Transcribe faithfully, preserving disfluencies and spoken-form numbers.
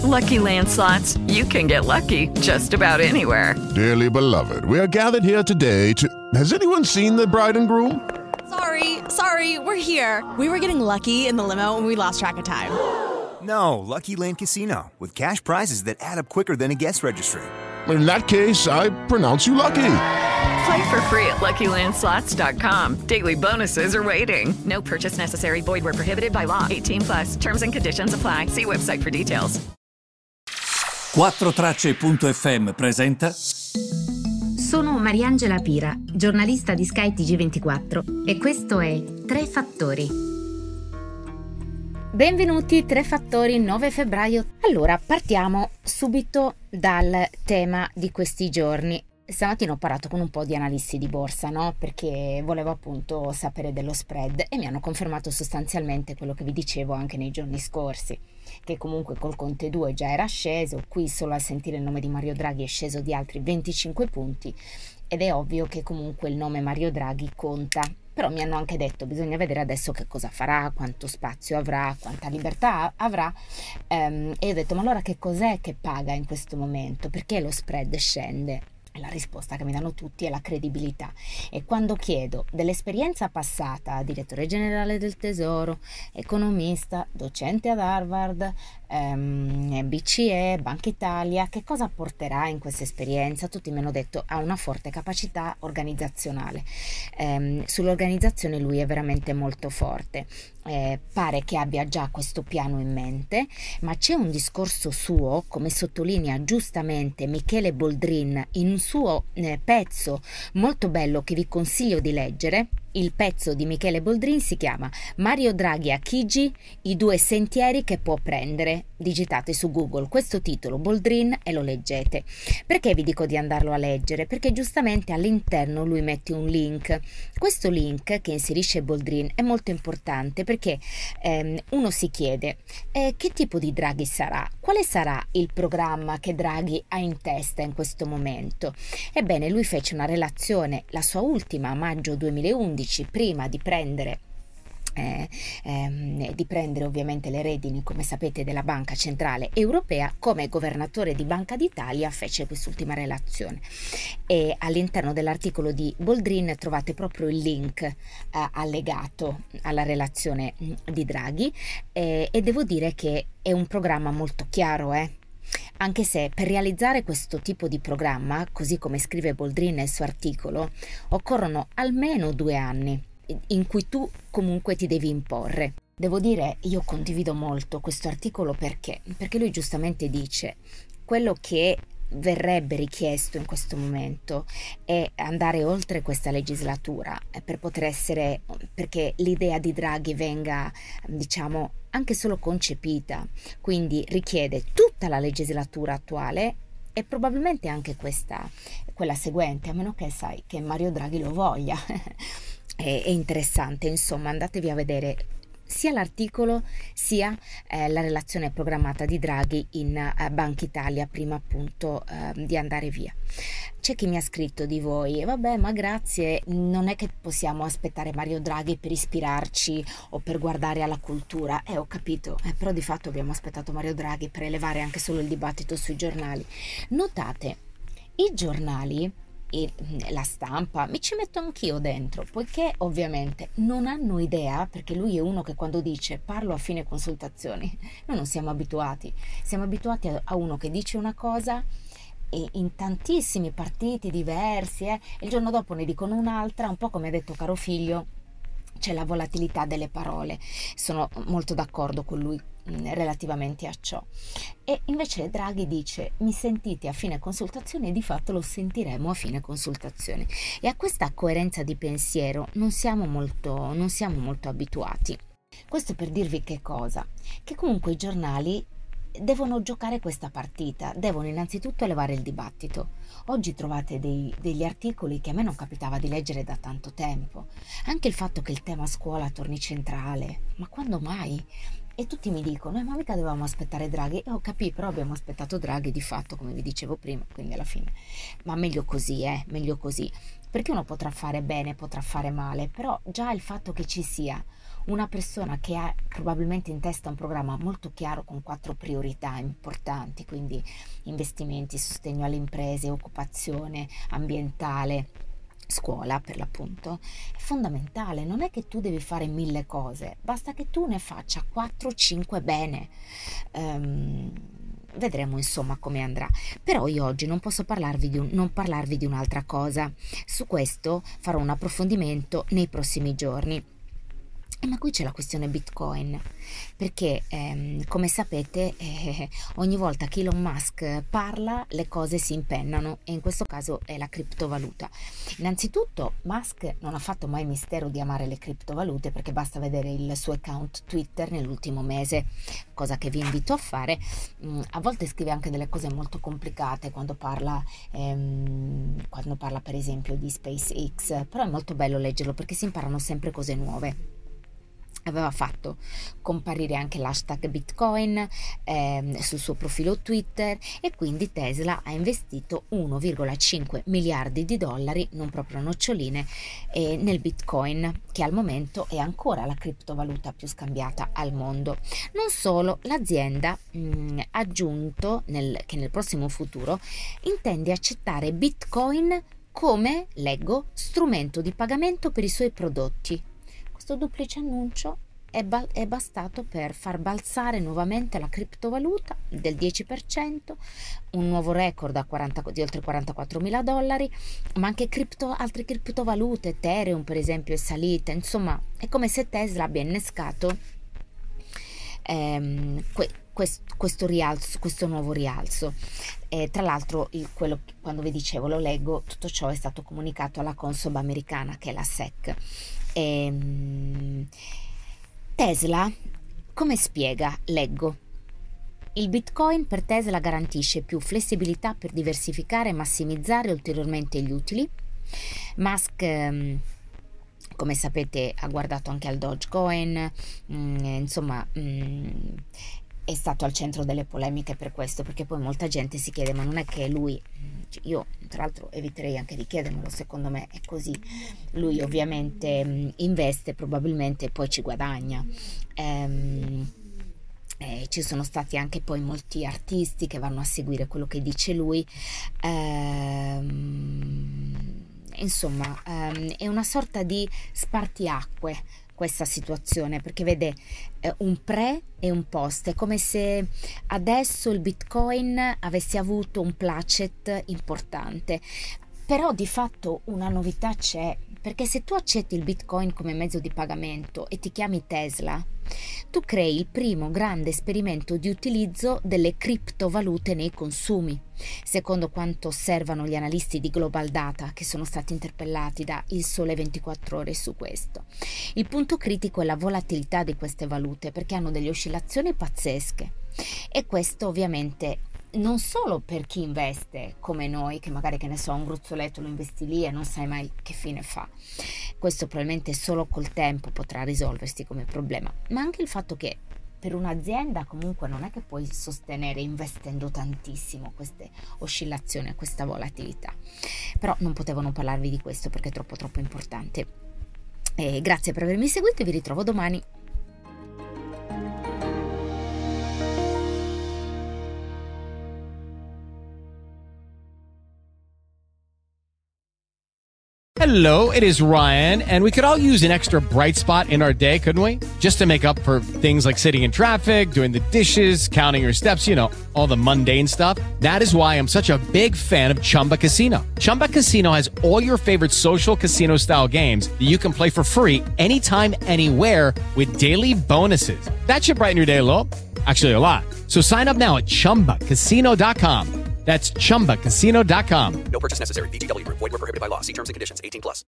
Lucky Land Slots, you can get lucky just about anywhere. Dearly beloved, we are gathered here today to... Has anyone seen the bride and groom? Sorry, sorry, we're here. We were getting lucky in the limo and we lost track of time. No, Lucky Land Casino, with cash prizes that add up quicker than a guest registry. In that case, I pronounce you lucky. Play for free at Lucky Land Slots dot com. Daily bonuses are waiting. No purchase necessary. Void where prohibited by law. eighteen plus. Terms and conditions apply. See website for details. quattro tracce punto effe emme presenta. Sono Mariangela Pira, giornalista di Sky T G ventiquattro e questo è Tre Fattori. Benvenuti, Tre Fattori, nove febbraio. Allora, partiamo subito dal tema di questi giorni. Stamattina ho parlato con un po' di analisti di borsa, no? Perché volevo appunto sapere dello spread e mi hanno confermato sostanzialmente quello che vi dicevo anche nei giorni scorsi, che comunque col Conte due già era sceso, qui solo a sentire il nome di Mario Draghi è sceso di altri venticinque punti ed è ovvio che comunque il nome Mario Draghi conta. Però mi hanno anche detto bisogna vedere adesso che cosa farà, quanto spazio avrà, quanta libertà avrà, ehm, e ho detto ma allora che cos'è che paga in questo momento, perché lo spread scende? E la risposta che mi danno tutti è la credibilità. E quando chiedo dell'esperienza passata, direttore generale del Tesoro, economista, docente ad Harvard, ehm, B C E, Banca Italia, che cosa porterà in questa esperienza? Tutti mi hanno detto ha una forte capacità organizzazionale. Ehm, sull'organizzazione lui è veramente molto forte. Eh, pare che abbia già questo piano in mente, ma c'è un discorso suo, come sottolinea giustamente Michele Boldrin in un suo eh, pezzo molto bello che vi consiglio di leggere. Il pezzo di Michele Boldrin si chiama Mario Draghi a Chigi, i due sentieri che può prendere. Digitate su Google questo titolo Boldrin e lo leggete. Perché vi dico di andarlo a leggere? Perché giustamente all'interno lui mette un link. Questo link che inserisce Boldrin è molto importante perché ehm, uno si chiede eh, che tipo di Draghi sarà? Quale sarà il programma che Draghi ha in testa in questo momento? Ebbene, lui fece una relazione, la sua ultima a maggio duemilaundici, prima di prendere Eh, ehm, di prendere ovviamente le redini, come sapete, della Banca Centrale Europea. Come governatore di Banca d'Italia fece quest'ultima relazione e all'interno dell'articolo di Boldrin trovate proprio il link eh, allegato alla relazione di Draghi eh, e devo dire che è un programma molto chiaro, eh anche se per realizzare questo tipo di programma, così come scrive Boldrin nel suo articolo, occorrono almeno due anni in cui tu comunque ti devi imporre. Devo dire, io condivido molto questo articolo perché? Perché lui giustamente dice quello che verrebbe richiesto in questo momento è andare oltre questa legislatura per poter essere, perché l'idea di Draghi venga, diciamo, anche solo concepita, quindi richiede tutta la legislatura attuale e probabilmente anche questa, quella seguente, a meno che sai che Mario Draghi lo voglia. È, è interessante, insomma, andatevi a vedere sia l'articolo sia eh, la relazione programmata di Draghi in eh, Banca Italia prima appunto eh, di andare via. C'è chi mi ha scritto di voi, vabbè ma grazie, non è che possiamo aspettare Mario Draghi per ispirarci o per guardare alla cultura, eh ho capito, eh, però di fatto abbiamo aspettato Mario Draghi per elevare anche solo il dibattito sui giornali. Notate, i giornali e la stampa, mi ci metto anch'io dentro, poiché ovviamente non hanno idea, perché lui è uno che quando dice parlo a fine consultazioni, noi non siamo abituati, siamo abituati a, a uno che dice una cosa e in tantissimi partiti diversi eh, e il giorno dopo ne dicono un'altra, un po' come ha detto caro figlio, c'è la volatilità delle parole. Sono molto d'accordo con lui relativamente a ciò. E invece Draghi dice mi sentite a fine consultazione e di fatto lo sentiremo a fine consultazione, e a questa coerenza di pensiero non siamo molto, non siamo molto abituati. Questo per dirvi che cosa? Che comunque i giornali devono giocare questa partita, devono innanzitutto elevare il dibattito. Oggi trovate dei, degli articoli che a me non capitava di leggere da tanto tempo, anche il fatto che il tema scuola torni centrale, ma quando mai? E tutti mi dicono, eh, ma mica dovevamo aspettare Draghi. E ho capito, però abbiamo aspettato Draghi di fatto, come vi dicevo prima, quindi alla fine. Ma meglio così, eh, meglio così. Perché uno potrà fare bene, potrà fare male, però già il fatto che ci sia una persona che ha probabilmente in testa un programma molto chiaro con quattro priorità importanti, quindi investimenti, sostegno alle imprese, occupazione, ambientale, scuola per l'appunto, è fondamentale. Non è che tu devi fare mille cose, basta che tu ne faccia quattro cinque bene. Um, vedremo insomma come andrà. Però io oggi non posso parlarvi di un, non parlarvi di un'altra cosa. Su questo farò un approfondimento nei prossimi giorni. Ma qui c'è la questione Bitcoin, perché ehm, come sapete eh, ogni volta che Elon Musk parla le cose si impennano, e in questo caso è la criptovaluta. Innanzitutto Musk non ha fatto mai mistero di amare le criptovalute, perché basta vedere il suo account Twitter nell'ultimo mese, cosa che vi invito a fare. Mm, a volte scrive anche delle cose molto complicate quando parla, ehm, quando parla per esempio di SpaceX, però è molto bello leggerlo perché si imparano sempre cose nuove. Aveva fatto comparire anche l'hashtag Bitcoin ehm, sul suo profilo Twitter, e quindi Tesla ha investito uno virgola cinque miliardi di dollari, non proprio noccioline, eh, nel Bitcoin, che al momento è ancora la criptovaluta più scambiata al mondo. Non solo, l'azienda mh, ha aggiunto nel, che nel prossimo futuro intende accettare Bitcoin come, leggo, strumento di pagamento per i suoi prodotti. Questo duplice annuncio è, ba- è bastato per far balzare nuovamente la criptovaluta del dieci per cento, un nuovo record a quaranta, di oltre quarantaquattromila dollari, ma anche cripto, altre criptovalute, Ethereum per esempio è salita. Insomma, è come se Tesla abbia innescato ehm, que- questo, questo rialzo, questo nuovo rialzo. E tra l'altro, il, quello, quando vi dicevo, lo leggo, tutto ciò è stato comunicato alla Consob americana, che è la S E C. E, Tesla, come spiega? Leggo: il Bitcoin per Tesla garantisce più flessibilità per diversificare e massimizzare ulteriormente gli utili. Musk, come sapete, ha guardato anche al Dogecoin, mh, insomma mh, è stato al centro delle polemiche per questo, perché poi molta gente si chiede: ma non è che lui, io tra l'altro eviterei anche di chiedermelo, secondo me è così, lui ovviamente mh, investe probabilmente e poi ci guadagna. Ehm, eh, ci sono stati anche poi molti artisti che vanno a seguire quello che dice lui. Ehm, insomma ehm, è una sorta di spartiacque questa situazione, perché vede eh, un pre e un post. È come se adesso il Bitcoin avesse avuto un placet importante, però di fatto una novità c'è, perché se tu accetti il Bitcoin come mezzo di pagamento e ti chiami Tesla, tu crei il primo grande esperimento di utilizzo delle criptovalute nei consumi, secondo quanto osservano gli analisti di Global Data, che sono stati interpellati da Il Sole ventiquattro Ore su questo. Il punto critico è la volatilità di queste valute, perché hanno delle oscillazioni pazzesche, e questo ovviamente non solo per chi investe come noi, che magari, che ne so, un gruzzoletto lo investi lì e non sai mai che fine fa. Questo probabilmente solo col tempo potrà risolversi come problema, ma anche il fatto che per un'azienda comunque non è che puoi sostenere investendo tantissimo queste oscillazioni, questa volatilità. Però non potevo non parlarvi di questo perché è troppo troppo importante. E grazie per avermi seguito e vi ritrovo domani. Hello, it is Ryan, and we could all use an extra bright spot in our day, couldn't we? Just to make up for things like sitting in traffic, doing the dishes, counting your steps, you know, all the mundane stuff. That is why I'm such a big fan of Chumba Casino. Chumba Casino has all your favorite social casino-style games that you can play for free anytime, anywhere with daily bonuses. That should brighten your day a little. Actually, a lot. So sign up now at chumba casino dot com. That's chumba casino dot com. No purchase necessary. V G W Group. Void where prohibited by law. See terms and conditions. eighteen plus.